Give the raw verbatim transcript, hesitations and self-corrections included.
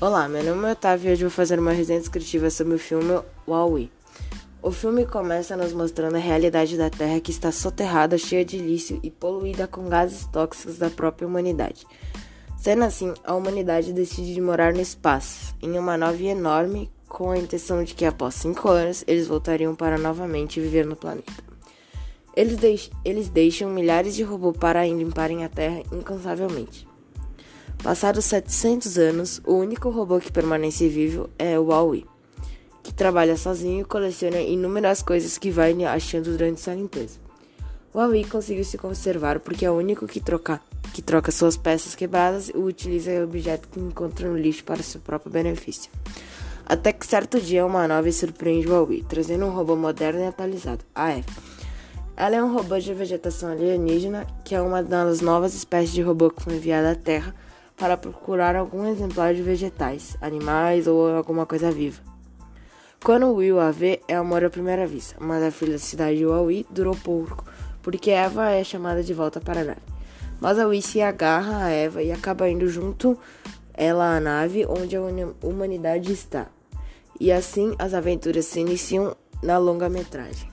Olá, meu nome é Otávio e hoje vou fazer uma resenha descritiva sobre o filme WALL-E. O filme começa nos mostrando a realidade da Terra que está soterrada, cheia de lixo e poluída com gases tóxicos da própria humanidade. Sendo assim, a humanidade decide morar no espaço, em uma nave enorme, com a intenção de que após cinco anos eles voltariam para novamente viver no planeta. Eles, deix- eles deixam milhares de robôs para limparem a Terra incansavelmente. Passados setecentos anos, o único robô que permanece vivo é o WALL-E, que trabalha sozinho e coleciona inúmeras coisas que vai achando durante sua limpeza. O WALL-E conseguiu se conservar porque é o único que troca, que troca suas peças quebradas e utiliza o objeto que encontra no lixo para seu próprio benefício. Até que certo dia uma nave surpreende o WALL-E, trazendo um robô moderno e atualizado, a Eva. Ela é um robô de vegetação alienígena, que é uma das novas espécies de robô que foi enviada à Terra para procurar algum exemplar de vegetais, animais ou alguma coisa viva. Quando Will a vê, é amor à primeira vista, mas a felicidade de WALL-E durou pouco, porque Eva é chamada de volta para a nave. Mas a Will se agarra a Eva e acaba indo junto ela à nave onde a humanidade está. E assim as aventuras se iniciam na longa-metragem.